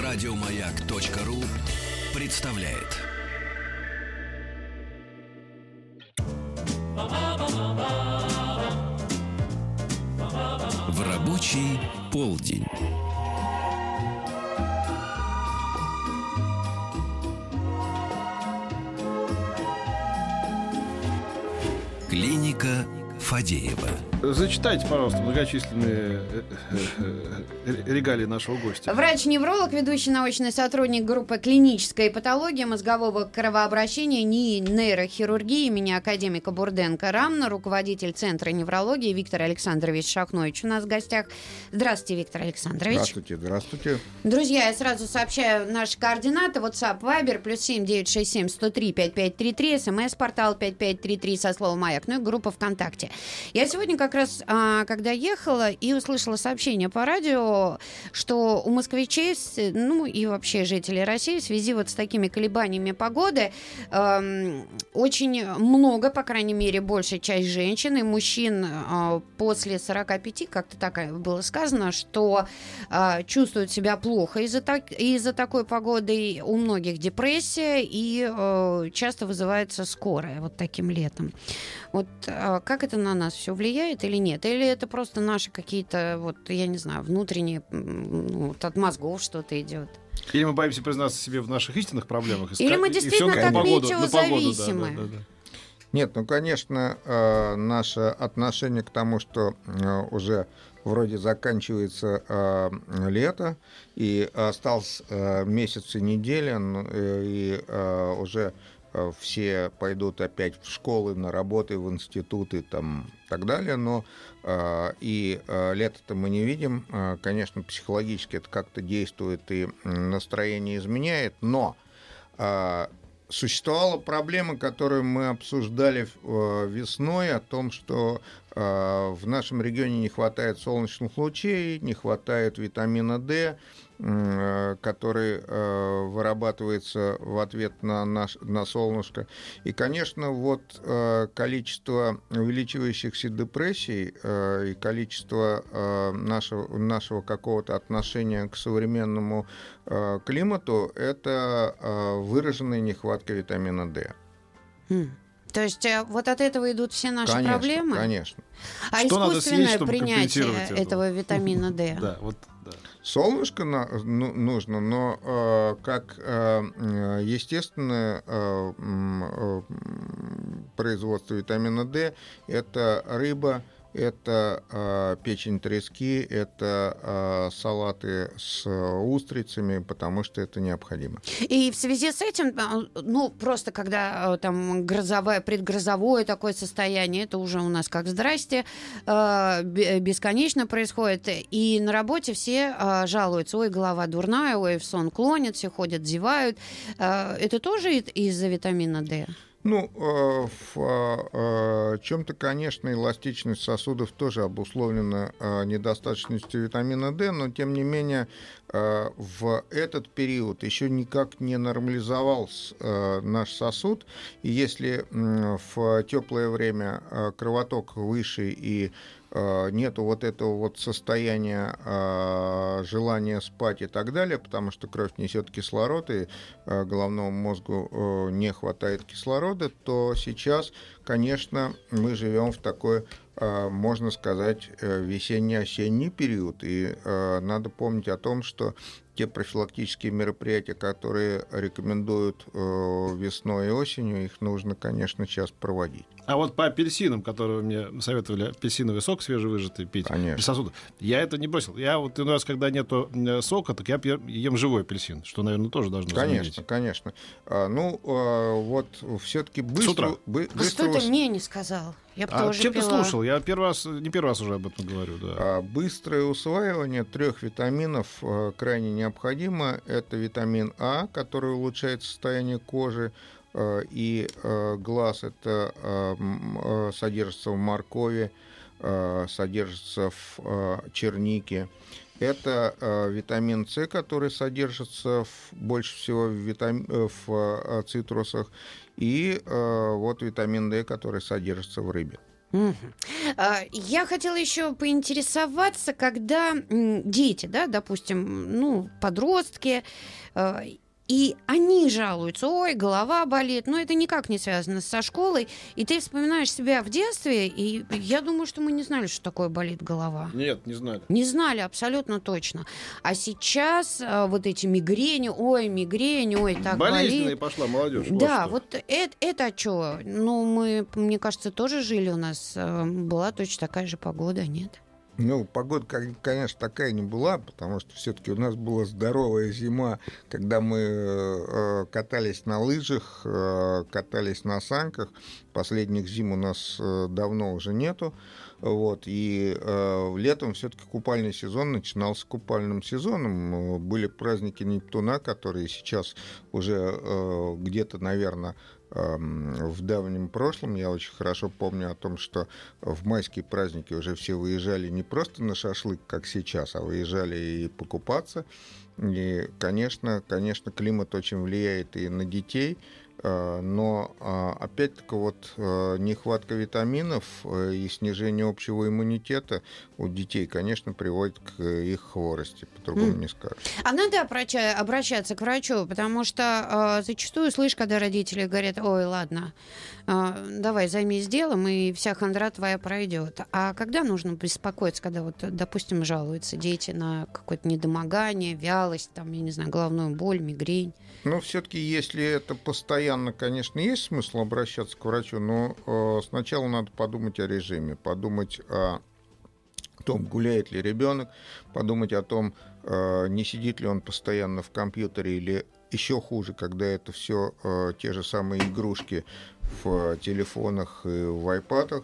Радиомаяк.ру представляет. В рабочий полдень. Клиника Фадеева. Зачитайте, пожалуйста, многочисленные регалии нашего гостя. Врач-невролог, ведущий научный сотрудник группы клинической патологии мозгового кровообращения НИИ нейрохирургии имени академика Бурденко РАМНа, руководитель Центра неврологии Виктор Александрович Шахнович у нас в гостях. Здравствуйте, Виктор Александрович. Здравствуйте, здравствуйте. Друзья, я сразу сообщаю наши координаты. WhatsApp, Viber, +7 967 103 5533, СМС-портал 5533 со словом «Маяк», ну и группа ВКонтакте. Я сегодня как раз, когда ехала и услышала сообщение по радио, что у москвичей, ну и вообще жителей России в связи вот с такими колебаниями погоды очень много, по крайней мере, большая часть женщин и мужчин после 45, как-то так было сказано, что чувствуют себя плохо из-за такой погоды. У многих депрессия и часто вызывается скорая вот таким летом. Вот как это на нас все влияет или нет? Или это просто наши какие-то, вот, я не знаю, внутренние, вот, от мозгов что-то идет? Или мы боимся признаться себе в наших истинных проблемах? Или мы действительно так метеозависимы? Да. Нет, ну, конечно, наше отношение к тому, что уже вроде заканчивается лето, и осталось месяц и неделя, и уже все пойдут опять в школы, на работы, в институты там, и так далее, но и лето-то мы не видим. Конечно, психологически это как-то действует и настроение изменяет, но существовала проблема, которую мы обсуждали весной, о том, что в нашем регионе не хватает солнечных лучей, не хватает витамина D, который вырабатывается в ответ на солнышко. И, конечно, вот количество увеличивающихся депрессий и количество нашего какого-то отношения к современному климату – это выраженная нехватка витамина D. То есть вот от этого идут все наши проблемы? Конечно. А что искусственное принятие этого витамина D? Да, вот, да. Солнышко нужно, но как естественное производство витамина D – это рыба, это печень трески, это салаты с устрицами, потому что это необходимо. И в связи с этим, ну, просто когда там предгрозовое такое состояние, это уже у нас как здрасте, бесконечно происходит, и на работе все жалуются: ой, голова дурная, ой, в сон клонит, все ходят, зевают. Это тоже из-за витамина D? Ну, в чем-то, конечно, эластичность сосудов тоже обусловлена недостаточностью витамина D, но, тем не менее, в этот период еще никак не нормализовался наш сосуд, и если в теплое время кровоток выше и нету вот этого вот состояния желания спать и так далее, потому что кровь несет кислород, и головному мозгу не хватает кислорода, то сейчас, конечно, мы живем в такой, можно сказать, весенне-осенний период, и надо помнить о том, что те профилактические мероприятия, которые рекомендуют весной и осенью, их нужно, конечно, сейчас проводить. А вот по апельсинам, которые мне советовали апельсиновый сок свежевыжатый пить, без сосудов, я это не бросил. Я вот иной раз, когда нету сока, так я ем живой апельсин, что, наверное, тоже должно заменить. Конечно. Ну, вот все-таки быстро... Что ты мне не сказал? Я бы тоже чем пила. ты слушал? Я не первый раз уже об этом говорю. Да. Быстрое усваивание 3 витаминов крайне необходимо. Это витамин А, который улучшает состояние кожи и глаз. Это содержится в моркови, содержится в чернике. Это витамин С, который содержится больше всего в цитрусах. И вот витамин D, который содержится в рыбе. Я хотела еще поинтересоваться, когда дети, да, допустим, подростки, и они жалуются, ой, голова болит, но это никак не связано со школой. И ты вспоминаешь себя в детстве, и я думаю, что мы не знали, что такое болит голова. Нет, не знали. Не знали, абсолютно точно. А сейчас вот эти мигрени, ой, так болезненная болит. пошла молодежь. Да, вот это от чего? Мы, мне кажется, тоже жили, у нас была точно такая же погода, нет? Погода, конечно, такая не была, потому что все-таки у нас была здоровая зима, когда мы катались на лыжах, катались на санках. Последних зим у нас давно уже нету. И летом все-таки купальный сезон начинался купальным сезоном. Были праздники Нептуна, которые сейчас уже где-то, наверное, в давнем прошлом. Я очень хорошо помню о том, что в майские праздники уже все выезжали не просто на шашлык, как сейчас, а выезжали и покупаться. И, конечно, климат очень влияет и на детей. Но, опять-таки, нехватка витаминов и снижение общего иммунитета у детей, конечно, приводит к их хворости, по-другому не скажешь. А надо обращаться к врачу, потому что зачастую слышишь, когда родители говорят, ой, ладно, давай займись делом, и вся хандра твоя пройдет. А когда нужно беспокоиться, когда, допустим, жалуются дети на какое-то недомогание, вялость, я не знаю, головную боль, мигрень? Все-таки, если это постоянно, конечно, есть смысл обращаться к врачу, но сначала надо подумать о режиме, подумать о том, гуляет ли ребенок, подумать о том, не сидит ли он постоянно в компьютере, или еще хуже, когда это все те же самые игрушки в телефонах и в айпадах.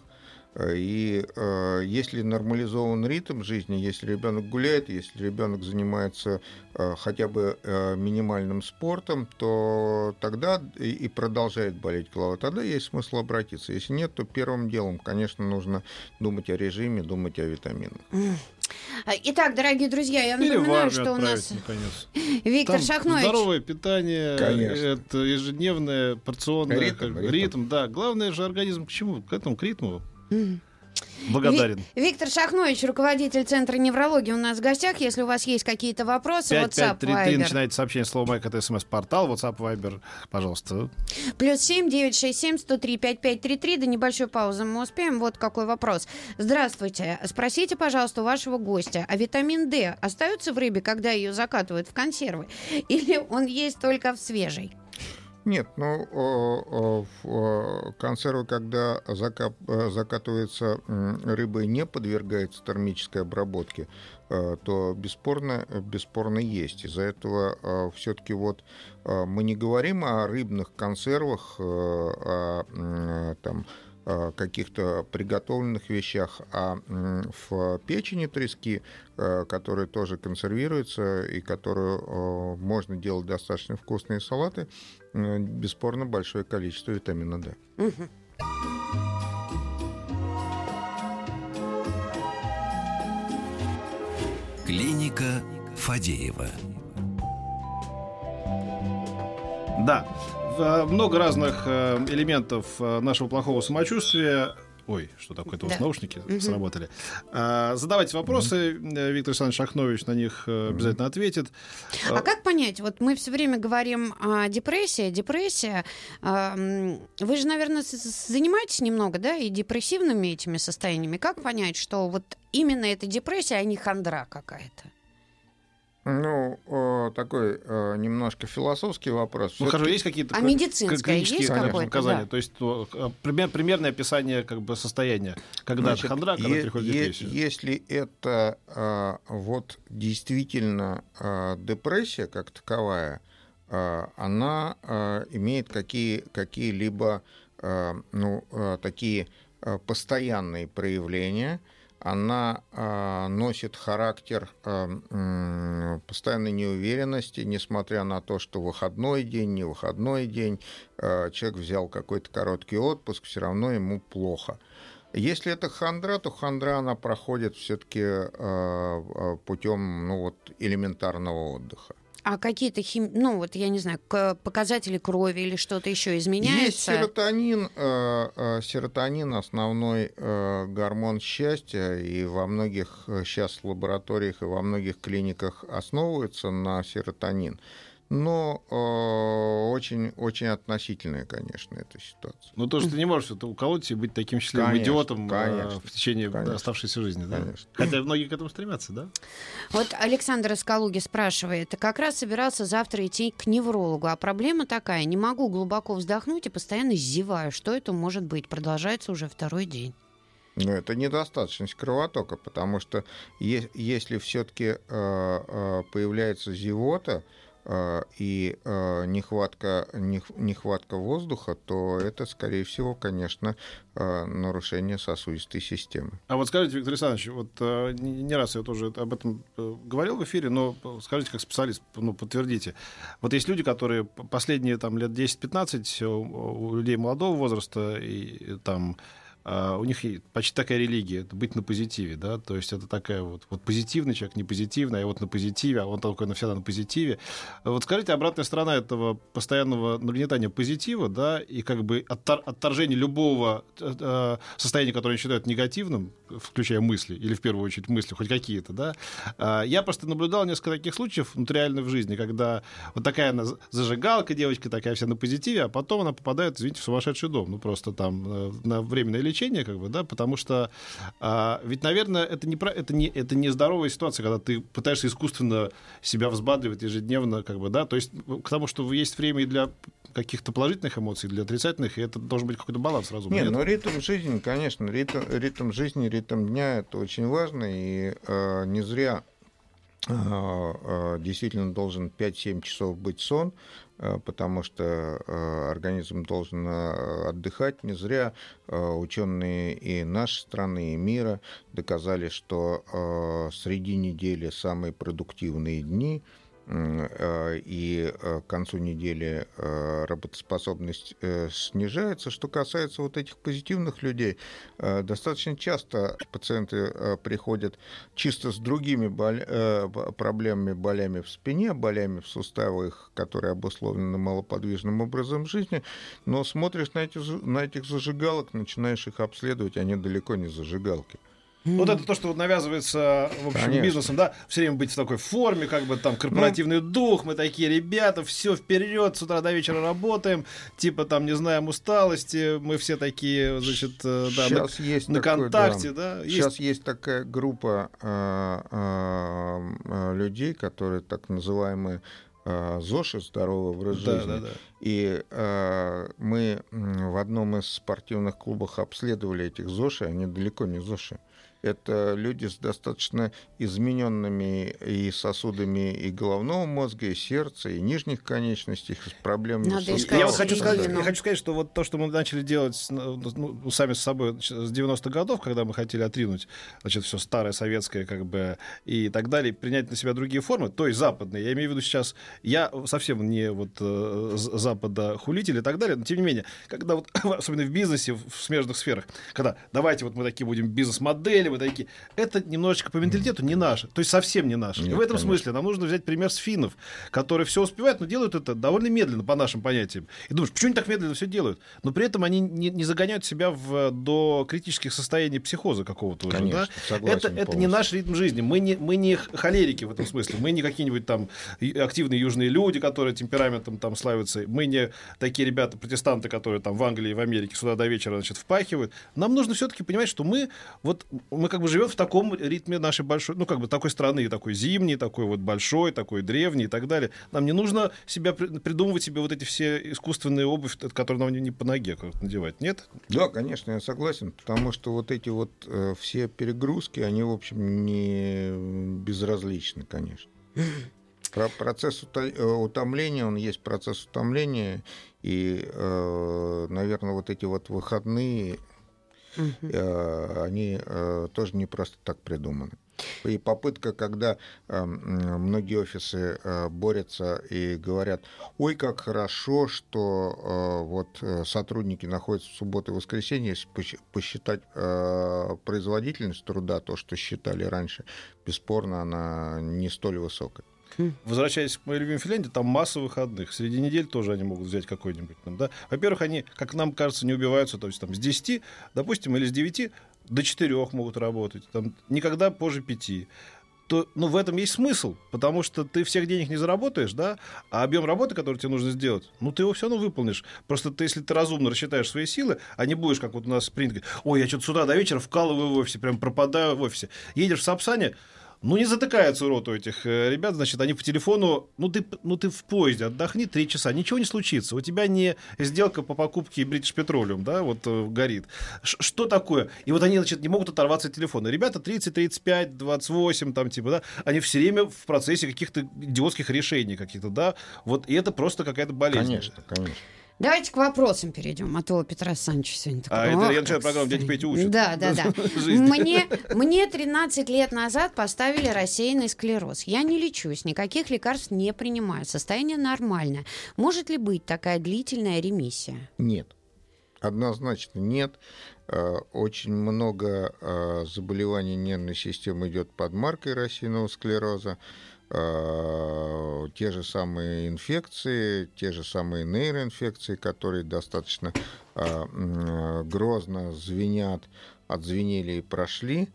И если нормализован ритм жизни, если ребенок гуляет, если ребенок занимается хотя бы минимальным спортом, то тогда и продолжает болеть голова, тогда есть смысл обратиться. Если нет, то первым делом, конечно, нужно думать о режиме, думать о витаминах. Итак, дорогие друзья, я напоминаю, что у нас наконец. Виктор Шахнович. Здоровое питание, конечно. Это ежедневное порционное ритм. Да, главное же организм к чему? К этому, к ритму. Благодарен. Виктор Шахнович, руководитель Центра неврологии, у нас в гостях. Если у вас есть какие-то вопросы, WhatsApp, 5533 начинайте сообщение слово «Майк», это СМС-портал, WhatsApp, Viber, пожалуйста. +7 967 103 5533. До небольшой паузы мы успеем. Вот какой вопрос. Здравствуйте. Спросите, пожалуйста, у вашего гостя, а витамин D остается в рыбе, когда ее закатывают в консервы? Или он есть только в свежей? Нет, консервы, когда закатывается рыба и не подвергается термической обработке, то бесспорно есть. Из-за этого все-таки мы не говорим о рыбных консервах, каких-то приготовленных вещах, а в печени трески, которые тоже консервируются и которую можно делать достаточно вкусные салаты, бесспорно большое количество витамина D. Клиника Фадеева. Да, много разных элементов нашего плохого самочувствия. Ой, что такое-то, у вас наушники сработали. Задавайте вопросы, Виктор Александрович Шахнович на них обязательно ответит. А как понять, мы все время говорим о депрессии. Депрессия, вы же, наверное, занимаетесь немного, да, и депрессивными этими состояниями. Как понять, что именно это депрессия, а не хандра какая-то? Такой немножко философский вопрос. Хорошо, есть какие-то медицинское есть какое-то показания? Да. То есть примерное описание состояния, когда хандра, когда приходит депрессия. Если это действительно депрессия как таковая, она имеет какие-либо такие постоянные проявления. Она носит характер постоянной неуверенности, несмотря на то, что выходной день, не выходной день, человек взял какой-то короткий отпуск, все равно ему плохо. Если это хандра, то хандра она проходит все-таки путем элементарного отдыха. А какие-то я не знаю, показатели крови или что-то еще изменяется? Есть серотонин. Серотонин — основной гормон счастья, и во многих сейчас лабораториях и во многих клиниках основывается на серотонин. Но очень относительная, конечно, эта ситуация. Ну, то, что ты не можешь это уколоть и быть таким счастливым идиотом в течение оставшейся жизни. Да? Хотя многие к этому стремятся, да? Вот Александр из Калуги спрашивает, как раз собирался завтра идти к неврологу, а проблема такая, не могу глубоко вздохнуть и постоянно зеваю. Что это может быть? Продолжается уже второй день. Но это недостаточность кровотока, потому что если все-таки появляется зевота, и нехватка воздуха, то это, скорее всего, конечно, нарушение сосудистой системы. А вот скажите, Виктор Александрович, вот не раз я тоже об этом говорил в эфире, но скажите, как специалист, подтвердите. Вот есть люди, которые последние лет 10-15, у людей молодого возраста, и там у них почти такая религия, это быть на позитиве, да, то есть это такая вот позитивный человек, не позитивный, а вот на позитиве, а он только навсегда на позитиве. Вот скажите, обратная сторона этого постоянного нагнетания позитива, да, и как бы отторжения любого состояния, которое они считают негативным, включая мысли, или в первую очередь мысли, хоть какие-то, да. Я просто наблюдал несколько таких случаев реально в жизни, когда вот такая она зажигалка, девочка такая вся на позитиве, а потом она попадает, извините, в сумасшедший дом, просто там на временное лечение, да, потому что ведь, наверное, это не здоровая ситуация, когда ты пытаешься искусственно себя взбадривать ежедневно, да, то есть к тому, что есть время и для каких-то положительных эмоций, и для отрицательных, и это должен быть какой-то баланс разумный. Нет, ритм жизни, конечно, ритм жизни, ритм дня — это очень важно, и не зря действительно должен 5-7 часов быть сон, потому что организм должен отдыхать. Не зря ученые и нашей страны, и мира доказали, что среди недели самые продуктивные дни, и к концу недели работоспособность снижается. Что касается вот этих позитивных людей, достаточно часто пациенты приходят чисто с другими проблемами, болями в спине, болями в суставах, которые обусловлены малоподвижным образом жизни, но смотришь на этих зажигалок, начинаешь их обследовать, они далеко не зажигалки. Вот это то, что навязывается, в общем, конечно, бизнесом, да, все время быть в такой форме, там корпоративный дух, мы такие ребята, все вперед, с утра до вечера работаем, не знаем усталости, мы все такие, значит, да, на контакте, да. Сейчас есть такая группа людей, которые так называемые ЗОШи, здоровый образ жизни. Да. И мы в одном из спортивных клубов обследовали этих ЗОШи, они далеко не ЗОШи. Это люди с достаточно измененными и сосудами и головного мозга, и сердца, и нижних конечностей, с проблемами суставов. Я хочу сказать, что вот то, что мы начали делать сами с собой с 90-х годов, когда мы хотели отринуть, значит, все старое, советское, и так далее, принять на себя другие формы, то есть западные. Я имею в виду сейчас, я совсем не Запада хулитель и так далее, но тем не менее, когда особенно в бизнесе, в смежных сферах, когда давайте мы такие будем бизнес-модели, это немножечко по менталитету не наше, то есть совсем не наше. Нет, и в этом смысле нам нужно взять пример с финнов, которые все успевают, но делают это довольно медленно, по нашим понятиям. И думаешь, почему они так медленно все делают? Но при этом они не загоняют себя до критических состояний психоза какого-то. Конечно, да? согласен. Это не наш ритм жизни. Мы не холерики в этом смысле. Мы не какие-нибудь активные южные люди, которые темпераментом славятся. Мы не такие ребята, протестанты, которые в Англии и в Америке сюда до вечера, значит, впахивают. Нам нужно все-таки понимать, что мы живем в таком ритме нашей большой, такой страны, такой зимней, такой большой, такой древний и так далее. Нам не нужно придумывать себе эти все искусственные обувь, которые нам не по ноге надевать, нет? Да, конечно, я согласен, потому что эти все перегрузки, они, в общем, не безразличны, конечно. Процесс утомления, он есть процесс утомления, и, наверное, эти выходные, они тоже не просто так придуманы. И попытка, когда многие офисы борются и говорят, ой, как хорошо, что сотрудники находятся в субботу и воскресенье, если посчитать производительность труда, то, что считали раньше, бесспорно, она не столь высокая. Возвращаясь к моей любимой Финляндии, там масса выходных. Среди недель тоже они могут взять какой-нибудь. Там, да? Во-первых, они, как нам кажется, не убиваются. То есть там, с 10, допустим, или с 9 до 4 могут работать. Там, никогда позже 5. Ну, в этом есть смысл, потому что ты всех денег не заработаешь, да, а объем работы, который тебе нужно сделать, ну, ты его все равно выполнишь. Просто ты, если ты разумно рассчитаешь свои силы, а не будешь, как вот у нас принято, ой, я что-то с утра до вечера вкалываю в офисе, прям пропадаю в офисе. Едешь в Сапсане, ну, не затыкается рот у этих ребят, значит, они по телефону, ну ты в поезде отдохни 3 часа, ничего не случится. У тебя не сделка по покупке British Petroleum, да, вот горит. Что такое? И вот они, значит, не могут оторваться от телефона. Ребята 30, 35, 28, там, типа, да, они все время в процессе каких-то идиотских решений каких-то, да, вот, и это просто какая-то болезнь. Конечно, конечно. Давайте к вопросам перейдем, а то Петра Александровича сегодня такой. Я начинаю программу «Дядя Петя учит». Да. Мне 13 лет назад поставили рассеянный склероз. Я не лечусь, никаких лекарств не принимаю. Состояние нормальное. Может ли быть такая длительная ремиссия? Нет. Однозначно нет. Очень много заболеваний нервной системы идет под маркой рассеянного склероза. Те же самые инфекции, те же самые нейроинфекции, которые достаточно грозно звенят, отзвенели и прошли.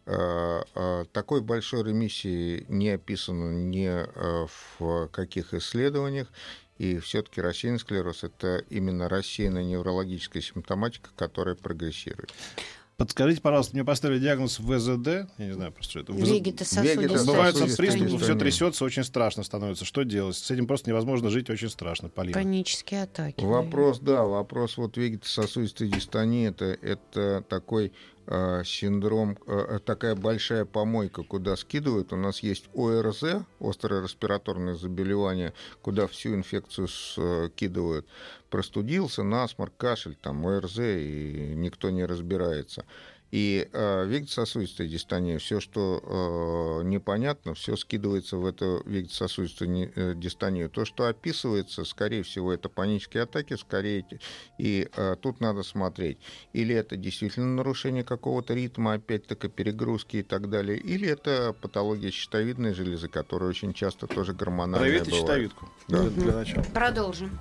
Такой большой ремиссии не описано ни в каких исследованиях. И все-таки рассеянный склероз – это именно рассеянная неврологическая симптоматика, которая прогрессирует. Подскажите, пожалуйста, мне поставили диагноз ВЗД, я не знаю просто, что это. Вегетососудистая. Бывает от приступов, все трясется, очень страшно становится. Что делать? С этим просто невозможно жить, очень страшно. Полина. Панические атаки. Вопрос вот вегетососудистой дистонии это такой синдром, такая большая помойка, куда скидывают. У нас есть ОРЗ, острое респираторное заболевание, куда всю инфекцию скидывают. Простудился, насморк, кашель, там ОРЗ, и никто не разбирается. И вегетососудистая дистония, все, что непонятно, все скидывается в эту вегетососудистую дистонию. То, что описывается, скорее всего, это панические атаки, и тут надо смотреть. Или это действительно нарушение какого-то ритма, опять-таки перегрузки и так далее, или это патология щитовидной железы, которая очень часто тоже гормональная бывает. Проверьте щитовидку для начала. Продолжим.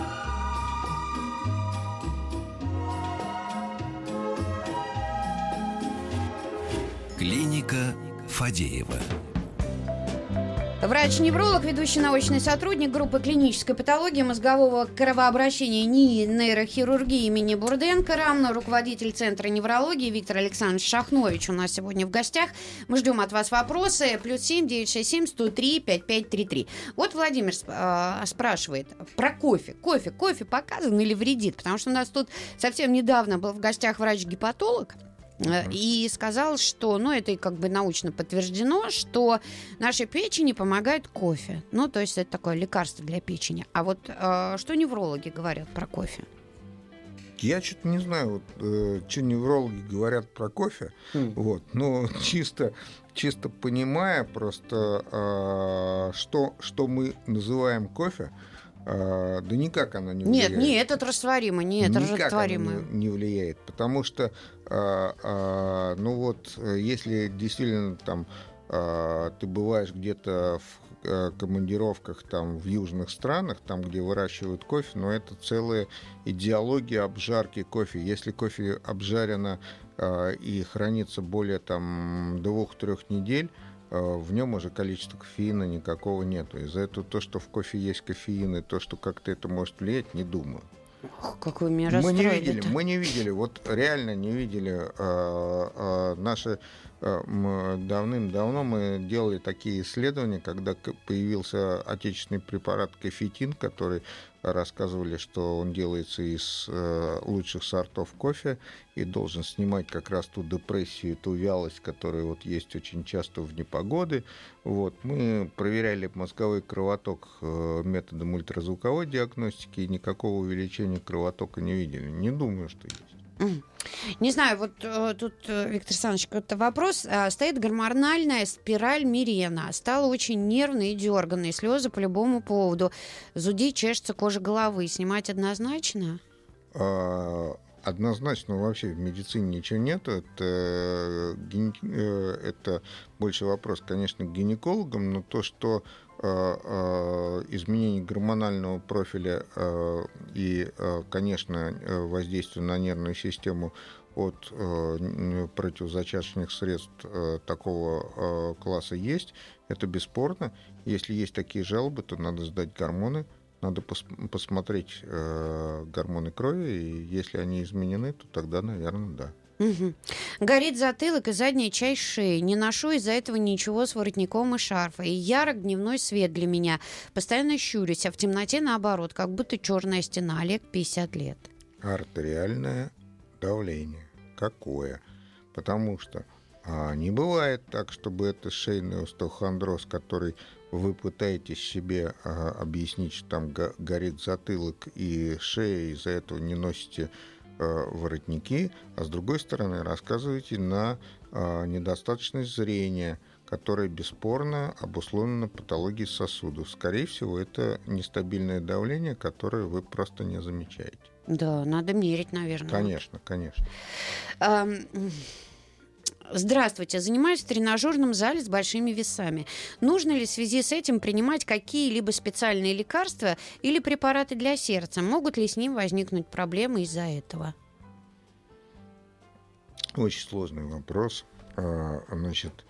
Клиника Фадеева. Врач-невролог, ведущий научный сотрудник группы клинической патологии мозгового кровообращения НИИ нейрохирургии имени Бурденко, равно руководитель Центра неврологии Виктор Александрович Шахнович у нас сегодня в гостях. Мы ждем от вас вопросы. +7 967 103 5533. Вот Владимир спрашивает про кофе. Кофе показан или вредит? Потому что у нас тут совсем недавно был в гостях врач-гепатолог. И сказал, что, это как бы научно подтверждено, что нашей печени помогает кофе. То есть это такое лекарство для печени. А вот что неврологи говорят про кофе? Я что-то не знаю, что неврологи говорят про кофе. Но чисто понимая просто, что мы называем кофе, да никак оно не влияет. Нет, это растворимо, никак оно не влияет, потому что, если действительно там ты бываешь где-то в командировках там в южных странах, там, где выращивают кофе, но это целая идеология обжарки кофе. Если кофе обжарено и хранится более 2-3 недель, в нем уже количества кофеина никакого нету. Из-за этого то, что в кофе есть кофеин, и то, что как-то это может влиять, не думаю. Как вы меня расстроили. Мы не видели, вот реально не видели. Наши давным-давно мы делали такие исследования, когда появился отечественный препарат кофетин, который рассказывали, что он делается из лучших сортов кофе и должен снимать как раз ту депрессию, ту вялость, которая есть очень часто в непогоды. Мы проверяли мозговой кровоток методом ультразвуковой диагностики и никакого увеличения кровотока не видели. Не думаю, что есть. Не знаю, тут, Виктор Александрович, какой-то вопрос. Стоит гормональная спираль Мирена. Стала очень нервной и дерганной. Слезы по любому поводу. Зудит, чешется кожа головы. Снимать однозначно? однозначно вообще в медицине ничего нету. Это больше вопрос, конечно, к гинекологам, но то, что изменение гормонального профиля и, конечно, воздействие на нервную систему от противозачаточных средств такого класса есть, это бесспорно. Если есть такие жалобы, то надо сдать гормоны, надо посмотреть гормоны крови, и если они изменены, то тогда, наверное, да. Угу. Горит затылок и задняя часть шеи. Не ношу из-за этого ничего с воротником и шарфа. И ярок дневной свет для меня. Постоянно щурюсь, а в темноте наоборот, как будто черная стена. Олег, 50 лет. Артериальное давление. Какое? Потому что не бывает так, чтобы это шейный остеохондроз, который вы пытаетесь себе объяснить, что там горит затылок и шея, из-за этого не носите воротники, а с другой стороны рассказываете на недостаточность зрения, которая бесспорно обусловлена патологией сосудов. Скорее всего, это нестабильное давление, которое вы просто не замечаете. Да, надо мерить, наверное. Конечно, конечно. Здравствуйте. Занимаюсь в тренажерном зале с большими весами. Нужно ли в связи с этим принимать какие-либо специальные лекарства или препараты для сердца? Могут ли с ним возникнуть проблемы из-за этого? Очень сложный вопрос. Значит,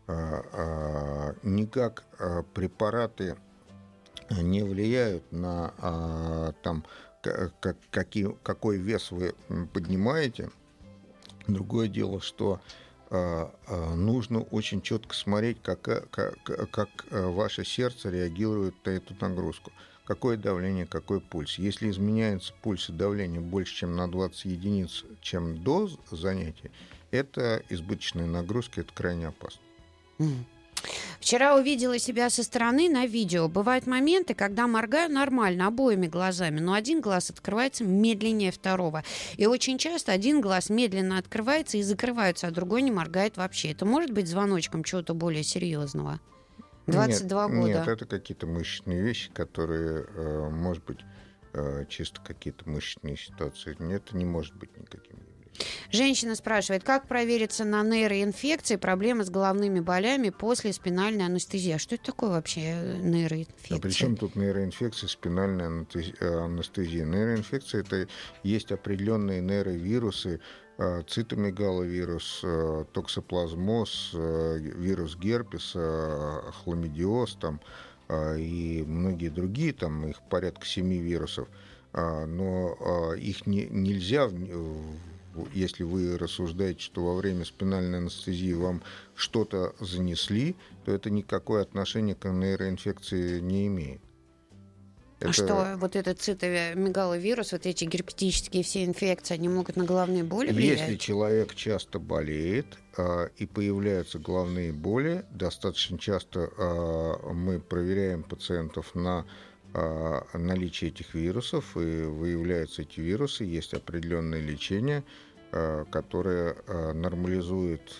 никак препараты не влияют на там, какой вес вы поднимаете. Другое дело, что нужно очень четко смотреть, как ваше сердце реагирует на эту нагрузку. Какое давление, какой пульс. Если изменяется пульс и давление больше, чем на 20 единиц, чем до занятия, это избыточные нагрузки, это крайне опасно. Вчера увидела себя со стороны на видео. Бывают моменты, когда моргаю нормально обоими глазами, но один глаз открывается медленнее второго. И очень часто один глаз медленно открывается и закрывается, а другой не моргает вообще. Это может быть звоночком чего-то более серьезного? 22 года. Нет, это какие-то мышечные вещи, которые, может быть, чисто какие-то мышечные ситуации. Нет, это не может быть никаким явлением. Женщина спрашивает, как провериться на нейроинфекции, проблемы с головными болями после спинальной анестезии. А что это такое вообще нейроинфекция? А при чем тут нейроинфекция, спинальная анестезия? Нейроинфекция — это есть определенные нейровирусы, цитомегаловирус, токсоплазмоз, вирус герпеса, хламидиоз там, и многие другие, там их порядка 7 вирусов. Но их нельзя, если вы рассуждаете, что во время спинальной анестезии вам что-то занесли, то это никакое отношение к нейроинфекции не имеет. А что, вот этот цитомегаловирус, вот эти герпетические все инфекции, они могут на головные боли влиять? Если человек часто болеет и появляются головные боли, достаточно часто мы проверяем пациентов на наличие этих вирусов, и выявляются эти вирусы, есть определенное лечение, которое нормализует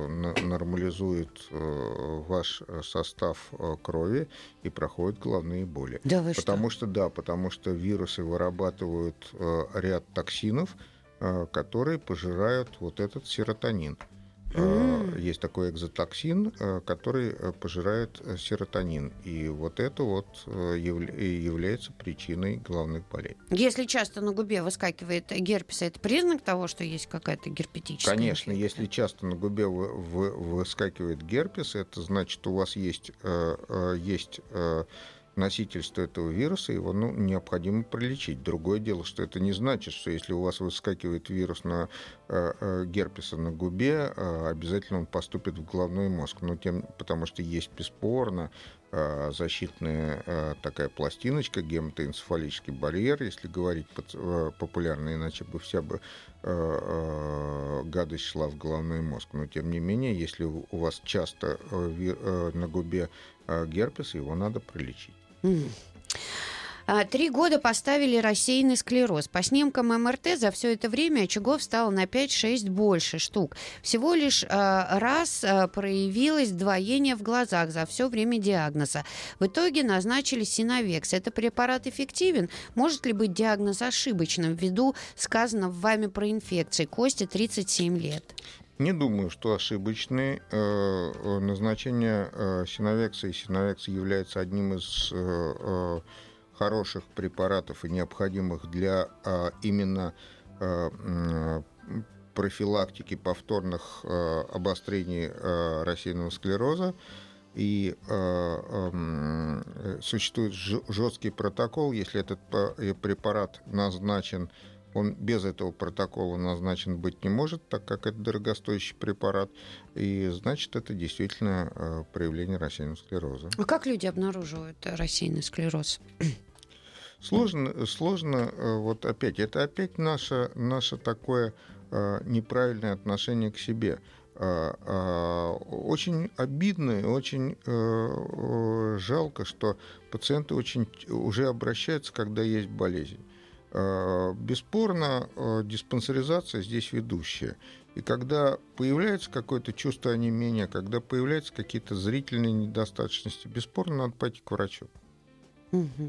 ваш состав крови и проходит головные боли. Да вы потому что вирусы вырабатывают ряд токсинов, которые пожирают вот этот серотонин. Есть такой экзотоксин, который пожирает серотонин. И вот это вот является причиной головных болей. Если часто на губе выскакивает герпес, это признак того, что есть какая-то герпетическая Конечно, инфекция? если часто на губе выскакивает герпес, это значит, у вас есть носительство этого вируса, его необходимо пролечить. Другое дело, что это не значит, что если у вас выскакивает вирус герпеса на губе, обязательно он поступит в головной мозг. Потому что есть бесспорно защитная такая пластиночка, гематоэнцефалический барьер, если говорить популярно, иначе бы вся гадость шла в головной мозг. Но тем не менее, если у вас часто на губе герпес, его надо пролечить. 3 года поставили рассеянный склероз. По снимкам МРТ за все это время очагов стало на 5-6 больше штук. Всего лишь раз проявилось двоение в глазах за все время диагноза. В итоге назначили Синовекс. Это препарат эффективен? Может ли быть диагноз ошибочным ввиду сказанного вами про инфекции? Костя, 37 лет. Не думаю, что ошибочный. Назначение Синовекса, и Синовекс является одним из хороших препаратов и необходимых для именно профилактики повторных обострений рассеянного склероза. И существует жесткий протокол, если этот препарат назначен. Он без этого протокола назначен быть не может, так как это дорогостоящий препарат. И значит, это действительно проявление рассеянного склероза. А как люди обнаруживают рассеянный склероз? Сложно. Вот опять, это опять наше такое неправильное отношение к себе. Очень обидно и очень жалко, что пациенты уже обращаются, когда есть болезнь. Бесспорно, диспансеризация здесь ведущая. И когда появляется какое-то чувство онемения, когда появляются какие-то зрительные недостаточности, бесспорно, надо пойти к врачу. Угу.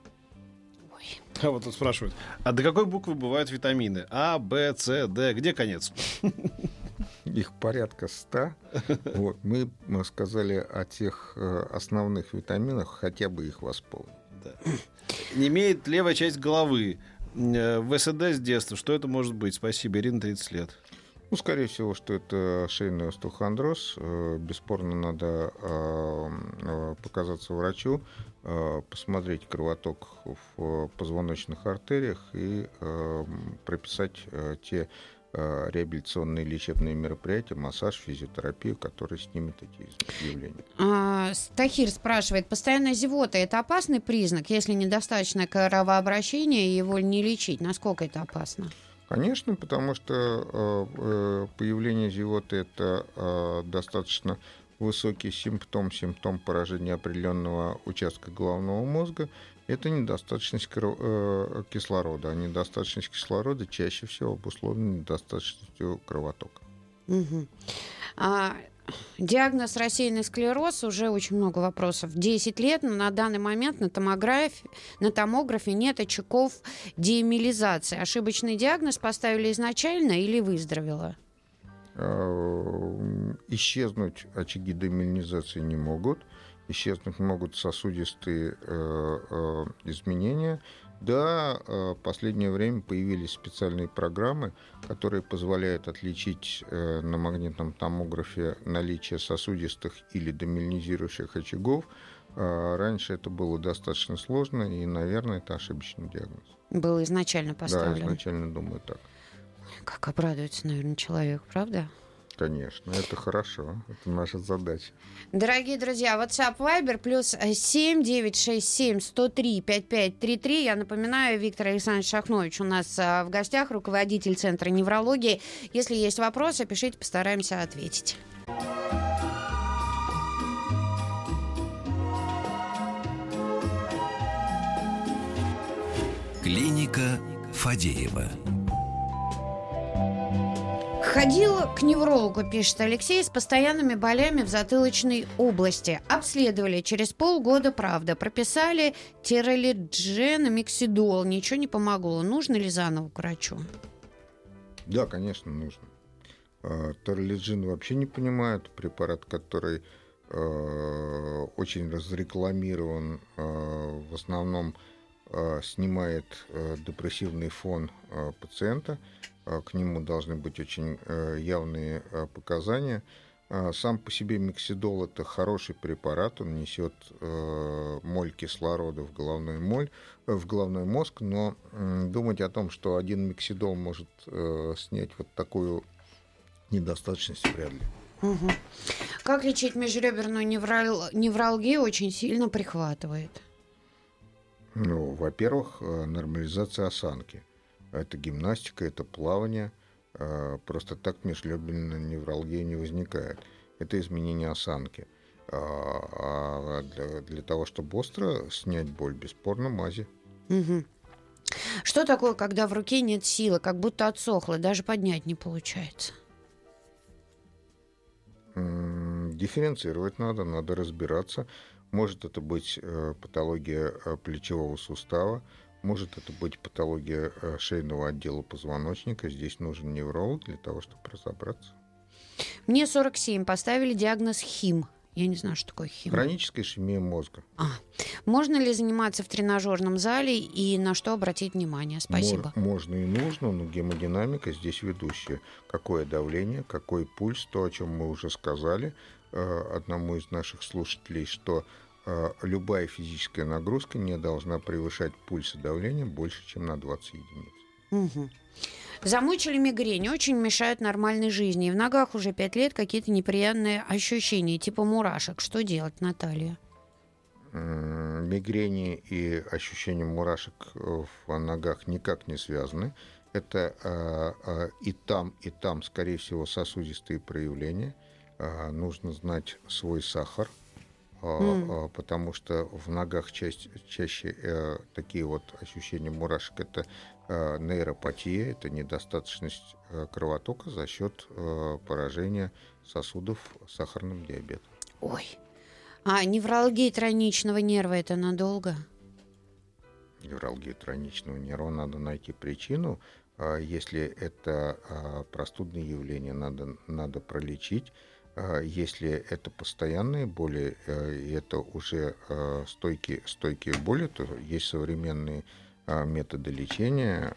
А вот тут спрашивают, а до какой буквы бывают витамины? А, Б, С, Д. Где конец? Их порядка 100. Вот. Мы сказали о тех основных витаминах, хотя бы их восполнить. Да. Не имеет левая часть головы. ВСД с детства. Что это может быть? Спасибо. Ирина, 30 лет. Ну, скорее всего, что это шейный остеохондроз. Бесспорно, надо показаться врачу, посмотреть кровоток в позвоночных артериях и прописать те реабилитационные лечебные мероприятия, массаж, физиотерапию, которые снимут эти явления. Тахир спрашивает, постоянная зевота – это опасный признак, если недостаточное кровообращение, его не лечить? Насколько это опасно? Конечно, потому что появление зевоты – это достаточно высокий симптом поражения определенного участка головного мозга. Это недостаточность кислорода. А недостаточность кислорода чаще всего обусловлена недостаточностью кровотока. Угу. Диагноз рассеянный склероз, уже очень много вопросов. 10 лет, но на данный момент на томографе нет очагов деэмилизации. Ошибочный диагноз поставили изначально или выздоровела? Исчезнуть очаги демиелинизации не могут. Исчезнуть могут сосудистые изменения. Да, в последнее время появились специальные программы, которые позволяют отличить на магнитном томографе наличие сосудистых или демиелинизирующих очагов. Раньше это было достаточно сложно, и, наверное, это ошибочный диагноз. Был изначально поставлен? Да, изначально думаю так. Как обрадуется, наверное, человек, правда? Конечно, это хорошо. Это наша задача. Дорогие друзья, WhatsApp Viber +7 967 103 5533. Я напоминаю, Виктор Александрович Шахнович у нас в гостях, руководитель Центра неврологии. Если есть вопросы, пишите, постараемся ответить. Клиника Фадеева. Ходил к неврологу, пишет Алексей, с постоянными болями в затылочной области. Обследовали через полгода, правда. Прописали тиролиджен, миксидол. Ничего не помогло. Нужно ли заново к врачу? Да, конечно, нужно. Тиролиджин вообще не понимают. Препарат, который очень разрекламирован, в основном снимает депрессивный фон пациента. К нему должны быть очень явные показания. Сам по себе миксидол – это хороший препарат, он несет моль кислорода в головной мозг, но думать о том, что один миксидол может снять вот такую недостаточность, вряд ли. Угу. Как лечить межреберную невралгию? Очень сильно прихватывает. Ну, во-первых, нормализация осанки. Это гимнастика, это плавание. Просто так межреберная невралгия не возникает. Это изменение осанки. А для того, чтобы остро снять боль, бесспорно мази. Угу. Что такое, когда в руке нет силы, как будто отсохло, даже поднять не получается? Дифференцировать надо разбираться. Может это быть патология плечевого сустава, может это быть патология шейного отдела позвоночника. Здесь нужен невролог для того, чтобы разобраться. Мне 47, поставили диагноз ХИМ. Я не знаю, что такое ХИМ. Хроническая ишемия мозга. Можно ли заниматься в тренажерном зале и на что обратить внимание? Спасибо. Можно и нужно, но гемодинамика здесь ведущая. Какое давление, какой пульс, то, о чем мы уже сказали одному из наших слушателей, что любая физическая нагрузка не должна превышать пульс и давление больше, чем на 20 единиц. Угу. Замучили мигрень, очень мешают нормальной жизни. И в ногах уже 5 лет какие-то неприятные ощущения, типа мурашек. Что делать, Наталья? Мигрени и ощущения мурашек в ногах никак не связаны. Это и там, скорее всего, сосудистые проявления. Нужно знать свой сахар, потому что в ногах чаще такие вот ощущения мурашек — это нейропатия, это недостаточность кровотока за счет поражения сосудов сахарным диабетом. Ой, а невралгия тройничного нерва — это надолго? Невралгия тройничного нерва, надо найти причину. Если это простудные явления, надо пролечить. Если это постоянные боли, и это уже стойкие боли, то есть современные методы лечения,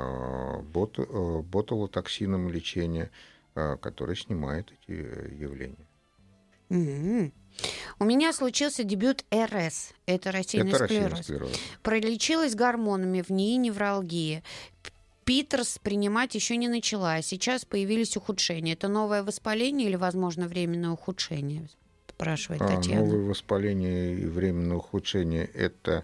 ботулотоксином лечения, которые снимают эти явления. Mm-hmm. У меня случился дебют РС, это рассеянный склероз. Пролечилась гормонами в НИИ невралгии. Питерс принимать еще не начала, а сейчас появились ухудшения. Это новое воспаление или, возможно, временное ухудшение? Спрашивает Татьяна. Новое воспаление и временное ухудшение – это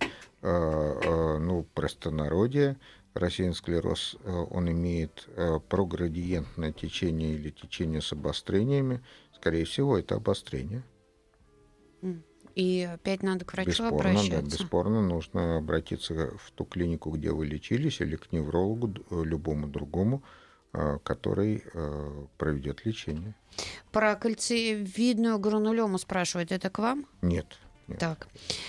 простонародье. Рассеянный склероз, он имеет проградиентное течение или течение с обострениями. Скорее всего, это обострение. И опять надо к врачу обращаться. Да, бесспорно, нужно обратиться в ту клинику, где вы лечились, или к неврологу, любому другому, который проведет лечение. Про кальциевидную гранулему спрашивают. Это к вам? Нет. Так.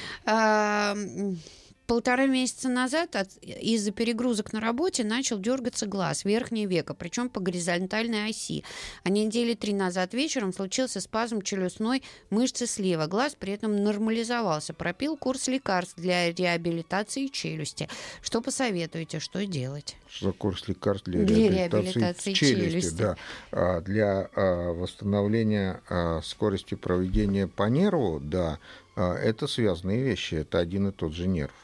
1,5 месяца назад из-за перегрузок на работе начал дергаться глаз, верхнее веко, причем по горизонтальной оси. А недели 3 назад вечером случился спазм челюстной мышцы слева. Глаз при этом нормализовался. Пропил курс лекарств для реабилитации челюсти. Что посоветуете, что делать? Что за курс лекарств для реабилитации челюсти? Да. Для восстановления скорости проведения по нерву, да, это связанные вещи, это один и тот же нерв.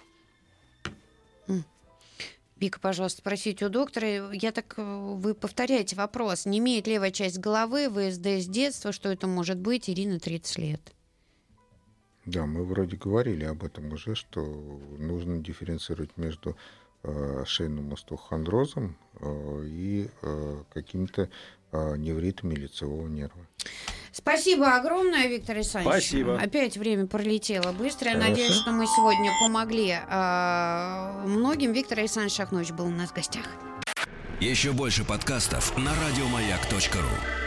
Вика, пожалуйста, спросите у доктора. Вы повторяете вопрос. Не имеет левая часть головы ВСД с детства? Что это может быть? Ирина, 30 лет. Да, мы вроде говорили об этом уже, что нужно дифференцировать между шейным остеохондрозом и какими-то невритами лицевого нерва. Спасибо огромное, Виктор Александрович. Спасибо. Опять время пролетело быстро. Я надеюсь, что мы сегодня помогли многим. Виктор Александрович Шахнович был у нас в гостях. Еще больше подкастов на радиомаяк.ру.